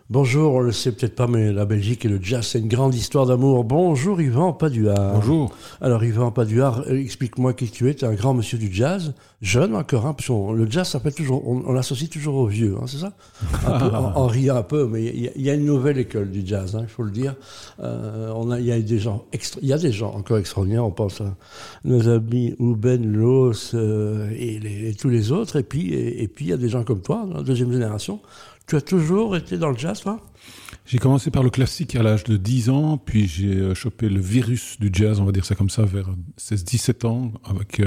Bonjour, on le sait peut-être pas, mais la Belgique et le jazz, c'est une grande histoire d'amour. Bonjour Yvan Paduard. Bonjour. Alors Yvan Paduard, explique-moi qui tu es. Tu es un grand monsieur du jazz, jeune encore, hein, parce que le jazz s'appelle toujours, on l'associe toujours aux vieux, hein, c'est ça en riant un peu, mais il y a une nouvelle école du jazz, hein, il faut le dire. Il y a des gens, il y a des gens encore extraordinaires. On pense à nos amis Ouben, Los et tous les autres, et puis il y a des gens comme toi, la deuxième génération. Tu as toujours été dans le jazz, toi ? J'ai commencé par le classique à l'âge de 10 ans, puis j'ai chopé le virus du jazz, on va dire ça comme ça, vers 16-17 ans, avec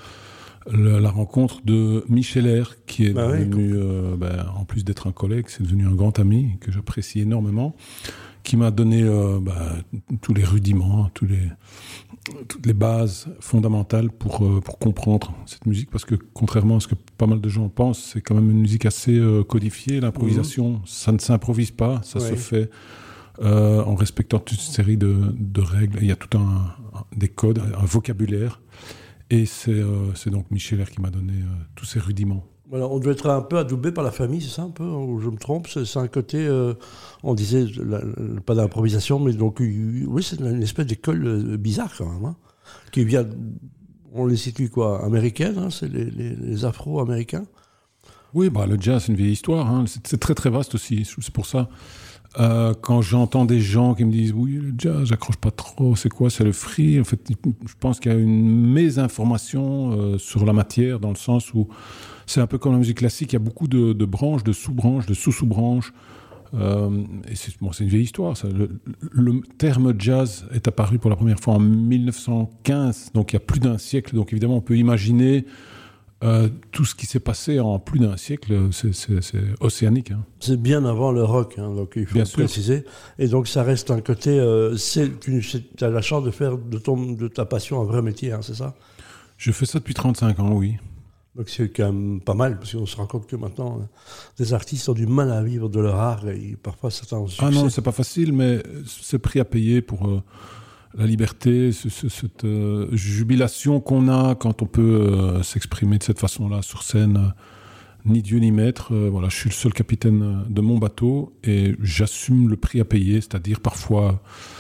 la rencontre de Michel R, qui est devenu, en plus d'être un collègue, c'est devenu un grand ami, que j'apprécie énormément, qui m'a donné tous les rudiments, toutes les bases fondamentales pour comprendre cette musique, parce que contrairement à ce que pas mal de gens pensent, c'est quand même une musique assez codifiée. L'improvisation, ça ne s'improvise pas, ça se fait en respectant toute une série de règles. Il y a tout des codes, un vocabulaire, et c'est donc Michel R qui m'a donné tous ces rudiments. Voilà, on doit être un peu adoubé par la famille, c'est ça un peu, ou je me trompe, c'est un côté, on disait, pas d'improvisation, mais donc, oui, c'est une espèce d'école bizarre quand même, hein, qui vient, on les situe quoi, américaine, hein, c'est les afro-américains. Oui, le jazz, c'est une vieille histoire, hein, c'est très très vaste aussi, c'est pour ça. Quand j'entends des gens qui me disent oui, le jazz, j'accroche pas trop, c'est quoi, c'est le free. En fait, je pense qu'il y a une mésinformation sur la matière, dans le sens où c'est un peu comme la musique classique, il y a beaucoup de branches, de sous-branches, de sous-sous-branches. Et c'est une vieille histoire. Ça. Le terme jazz est apparu pour la première fois en 1915, donc il y a plus d'un siècle. Donc évidemment, on peut imaginer tout ce qui s'est passé en plus d'un siècle, c'est océanique. Hein. C'est bien avant le rock, hein, donc il faut bien préciser. Et donc ça reste un côté... tu as la chance de faire de ta passion un vrai métier, hein, c'est ça ? Je fais ça depuis 35 ans, oui. Donc c'est quand même pas mal, parce qu'on se rend compte que maintenant, des artistes ont du mal à vivre de leur art, et parfois certains ont succès. Ah non, c'est pas facile, mais c'est prix à payer pour la liberté, cette jubilation qu'on a quand on peut s'exprimer de cette façon-là sur scène, ni Dieu ni maître. Voilà, je suis le seul capitaine de mon bateau, et j'assume le prix à payer, c'est-à-dire parfois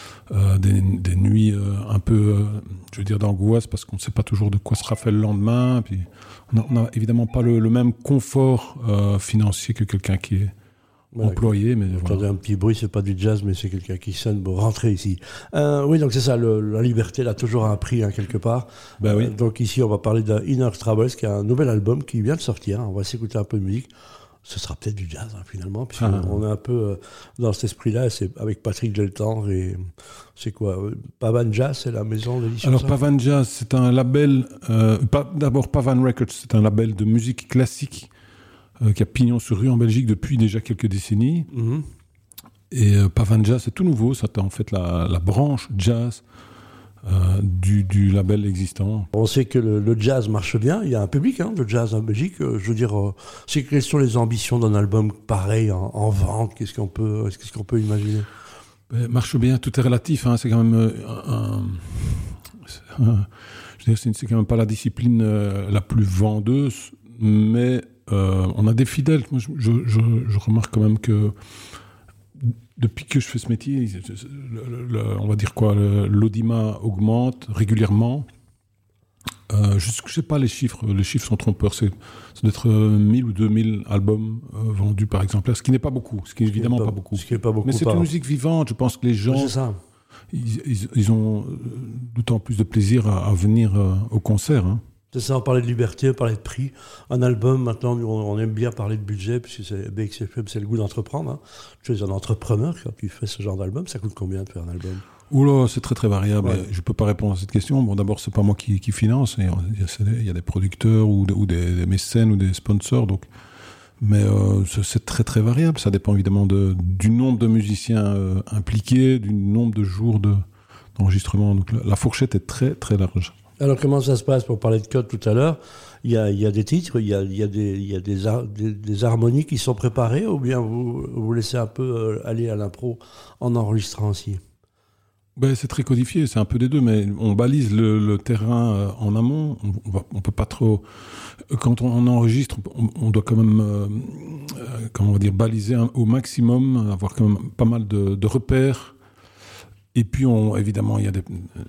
des nuits un peu, d'angoisse, parce qu'on ne sait pas toujours de quoi sera fait le lendemain, puis on n'a évidemment pas le même confort financier que quelqu'un qui est employé. Mais vous entendez un petit bruit, c'est pas du jazz, mais c'est quelqu'un qui sonne pour rentrer ici. Oui, donc c'est ça, la liberté, elle a toujours un prix, hein, quelque part. Oui. Donc ici, on va parler d'Inner Troubles, qui a un nouvel album qui vient de sortir. Hein. On va s'écouter un peu de musique. Ce sera peut-être du jazz, hein, finalement, puisqu'on est un peu dans cet esprit-là. C'est avec Patrick Deltendre et c'est quoi Pavan Jazz, c'est la maison d'édition. Alors Pavan Jazz, c'est un label. D'abord Pavan Records, c'est un label de musique classique qui a pignon sur rue en Belgique depuis déjà quelques décennies. Mm-hmm. Et Pavan Jazz, c'est tout nouveau. C'est en fait la branche jazz du label existant. On sait que le jazz marche bien, il y a un public de jazz en Belgique. Je veux dire, quelles sont les ambitions d'un album pareil en vente ? Qu'est-ce qu'on peut imaginer ? Marche bien, tout est relatif. Hein, c'est quand même c'est quand même pas la discipline la plus vendeuse, mais on a des fidèles. Moi, je remarque quand même que depuis que je fais ce métier, on va dire quoi, l'audimat augmente régulièrement. Je ne sais pas les chiffres sont trompeurs. Ça doit être 1000 ou 2000 albums vendus par exemplaire, ce qui n'est pas beaucoup, ce qui n'est évidemment pas beaucoup. Mais c'est une musique vivante, je pense que les gens, ils ont d'autant plus de plaisir à venir au concert. Hein. C'est ça, on parlait de liberté, on parlait de prix. Un album, maintenant, on aime bien parler de budget, puisque BXFM, c'est le goût d'entreprendre. Hein. Tu es un entrepreneur quand tu fais ce genre d'album. Ça coûte combien de faire un album ? Oula, c'est très très variable. Ouais. Je ne peux pas répondre à cette question. Bon, d'abord, ce n'est pas moi qui finance. Il y a des producteurs ou des mécènes ou des sponsors. Donc. Mais c'est très très variable. Ça dépend évidemment du nombre de musiciens impliqués, du nombre de jours d'enregistrement. Donc la fourchette est très très large. Alors comment ça se passe ? Pour parler de code tout à l'heure, il y a des titres, il y a des harmonies qui sont préparées, ou bien vous laissez un peu aller à l'impro en enregistrant aussi ? Ben, c'est très codifié, c'est un peu des deux, mais on balise le terrain en amont. On peut pas trop. Quand on enregistre, on doit quand même, comment on va dire, baliser au maximum, avoir quand même pas mal de repères. Et puis, évidemment, il y a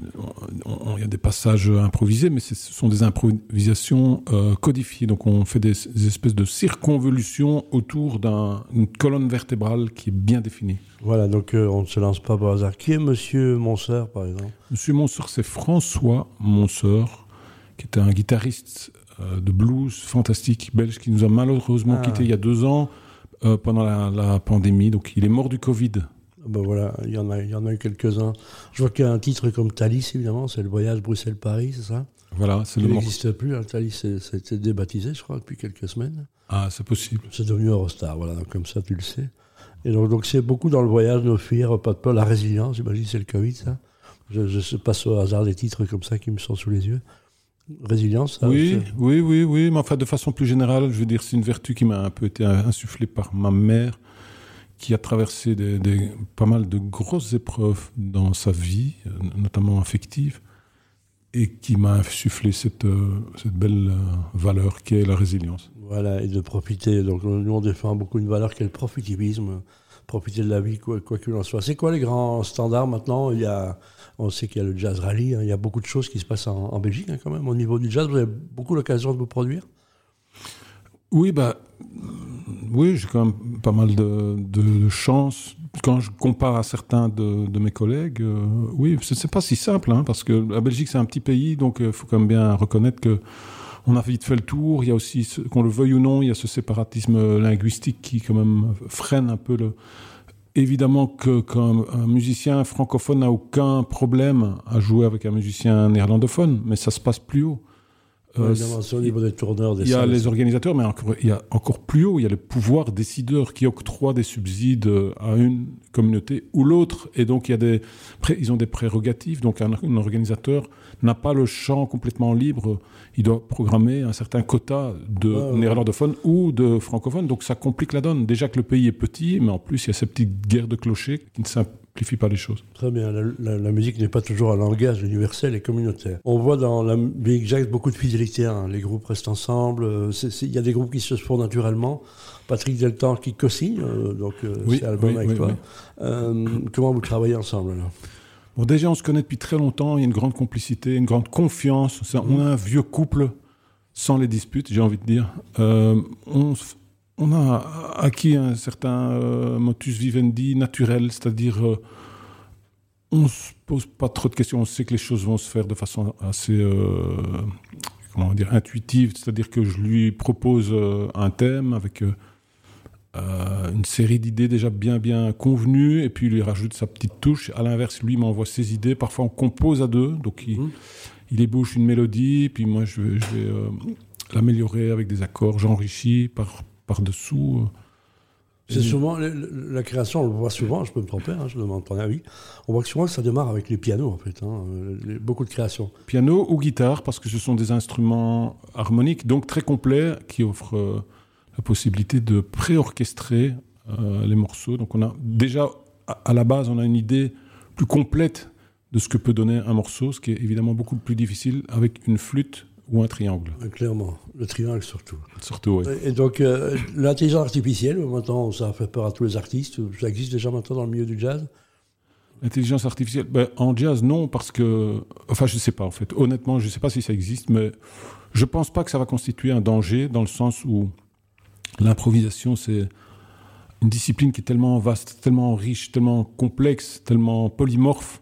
des passages improvisés, mais ce sont des improvisations codifiées. Donc, on fait des espèces de circonvolutions autour d'une colonne vertébrale qui est bien définie. Voilà, donc on ne se lance pas par hasard. Qui est Monsieur Monseur, par exemple? Monsieur Monseur, c'est François Monseur, qui était un guitariste de blues fantastique belge qui nous a malheureusement quittés il y a 2 ans pendant la pandémie. Donc, il est mort du Covid. Ben voilà, il y en a eu quelques-uns. Je vois qu'il y a un titre comme Thalys, évidemment, c'est le voyage Bruxelles-Paris, c'est ça? Voilà, c'est Il n'existe plus, hein. Thalys, ça a été débaptisé, je crois, depuis quelques semaines. Ah, c'est possible. C'est devenu Eurostar, voilà, donc comme ça tu le sais. Et donc c'est beaucoup dans le voyage, nos fuir, pas de peur, la résilience, j'imagine c'est le Covid, ça. Je passe au hasard des titres comme ça qui me sont sous les yeux. Résilience, ça, oui, mais enfin de façon plus générale, je veux dire, c'est une vertu qui m'a un peu été insufflée par ma mère, qui a traversé pas mal de grosses épreuves dans sa vie, notamment affective, et qui m'a insufflé cette belle valeur qui est la résilience. Voilà, et de profiter. Donc nous, on défend beaucoup une valeur qui est le profitivisme, profiter de la vie, quoi qu'il en soit. C'est quoi les grands standards maintenant? On sait qu'il y a le jazz rally, hein, il y a beaucoup de choses qui se passent en Belgique, hein, quand même, au niveau du jazz. Vous avez beaucoup l'occasion de vous produire? Oui, j'ai quand même pas mal de chance. Quand je compare à certains de mes collègues, oui, c'est pas si simple, hein, parce que la Belgique, c'est un petit pays, donc il faut quand même bien reconnaître qu'on a vite fait le tour. Il y a aussi, qu'on le veuille ou non, il y a ce séparatisme linguistique qui quand même freine un peu Évidemment qu'un musicien francophone n'a aucun problème à jouer avec un musicien néerlandophone, mais ça se passe plus haut. Évidemment, c'est au niveau des tourneurs, des il y a salles, les organisateurs, mais il y a encore plus haut, il y a les pouvoirs décideurs qui octroient des subsides à une communauté ou l'autre. Et donc, ils ont des prérogatives. Donc, un organisateur n'a pas le champ complètement libre. Il doit programmer un certain quota de néerlandophones ou de francophones. Donc, ça complique la donne. Déjà que le pays est petit, mais en plus, il y a ces petites guerres de clochers qui ne simplifient pas les choses. Très bien. La musique n'est pas toujours un langage universel et communautaire. On voit dans la musique jazz beaucoup de fidélité. Hein. Les groupes restent ensemble. Il y a des groupes qui se font naturellement. Patrick Deltan qui co-signe, c'est album avec toi. Comment vous travaillez ensemble alors? Bon, déjà, on se connaît depuis très longtemps. Il y a une grande complicité, une grande confiance. On a un vieux couple sans les disputes, j'ai envie de dire. On a acquis un certain motus vivendi naturel, c'est-à-dire on ne se pose pas trop de questions. On sait que les choses vont se faire de façon assez intuitive, c'est-à-dire que je lui propose un thème avec une série d'idées déjà bien convenues, et puis il lui rajoute sa petite touche. À l'inverse, lui m'envoie ses idées. Parfois, on compose à deux, donc il ébauche une mélodie, puis moi, je vais l'améliorer avec des accords. J'enrichis par-dessous. C'est souvent, la création, on le voit souvent, je peux me tromper, hein, je demande ton avis. On voit souvent que ça démarre avec les pianos, en fait, beaucoup de créations. Piano ou guitare, parce que ce sont des instruments harmoniques, donc très complets, qui offrent la possibilité de pré-orchestrer les morceaux. Donc on a déjà, à la base, on a une idée plus complète de ce que peut donner un morceau, ce qui est évidemment beaucoup plus difficile avec une flûte ou un triangle. Clairement, le triangle surtout. Surtout, oui. Et donc, l'intelligence artificielle, maintenant, ça fait peur à tous les artistes. Ça existe déjà maintenant dans le milieu du jazz? L'intelligence artificielle, en jazz, non, parce que... Enfin, je ne sais pas, en fait. Honnêtement, je ne sais pas si ça existe, mais je ne pense pas que ça va constituer un danger, dans le sens où l'improvisation, c'est une discipline qui est tellement vaste, tellement riche, tellement complexe, tellement polymorphe,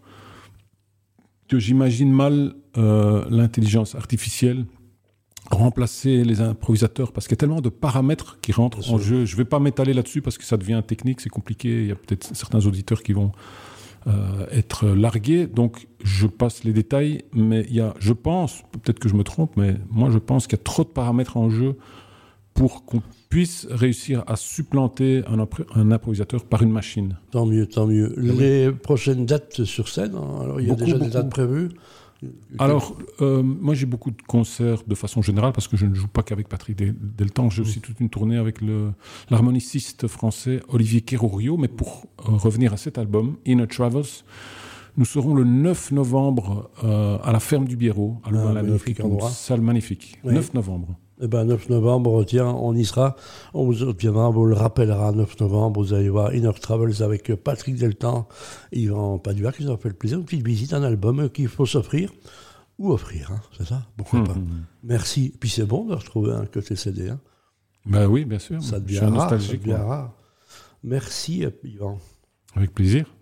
que j'imagine mal l'intelligence artificielle remplacer les improvisateurs, parce qu'il y a tellement de paramètres qui rentrent en jeu. Je ne vais pas m'étaler là-dessus parce que ça devient technique, c'est compliqué. Il y a peut-être certains auditeurs qui vont être largués, donc je passe les détails. Mais je pense, peut-être que je me trompe, mais moi je pense qu'il y a trop de paramètres en jeu pour qu'on puisse réussir à supplanter un improvisateur par une machine. Tant mieux, tant mieux. Les prochaines dates sur scène, hein, alors il y a déjà des dates prévues? Alors, moi j'ai beaucoup de concerts de façon générale, parce que je ne joue pas qu'avec Patrick Deltan, j'ai aussi toute une tournée avec l'harmoniciste français Olivier Kerourio, mais pour revenir à cet album, Inner Travels, Nous serons le 9 novembre à la ferme du Biérot, à Louvain-la-Neuve, qui est une salle magnifique. Oui. 9 novembre. Eh ben, 9 novembre, tiens, on y sera. On vous viendra, on vous le rappellera, 9 novembre, vous allez voir Inner Travels avec Patrick Deltan, Yvan Padua, qui nous a fait le plaisir, une petite visite, un album qu'il faut s'offrir, ou offrir, hein, c'est ça? Pourquoi pas? Merci. Puis c'est bon de retrouver un côté CD. Hein. Ben oui, bien sûr. Ça devient Je suis rare, nostalgique. ça devient rare. Merci, Yvan. Avec plaisir.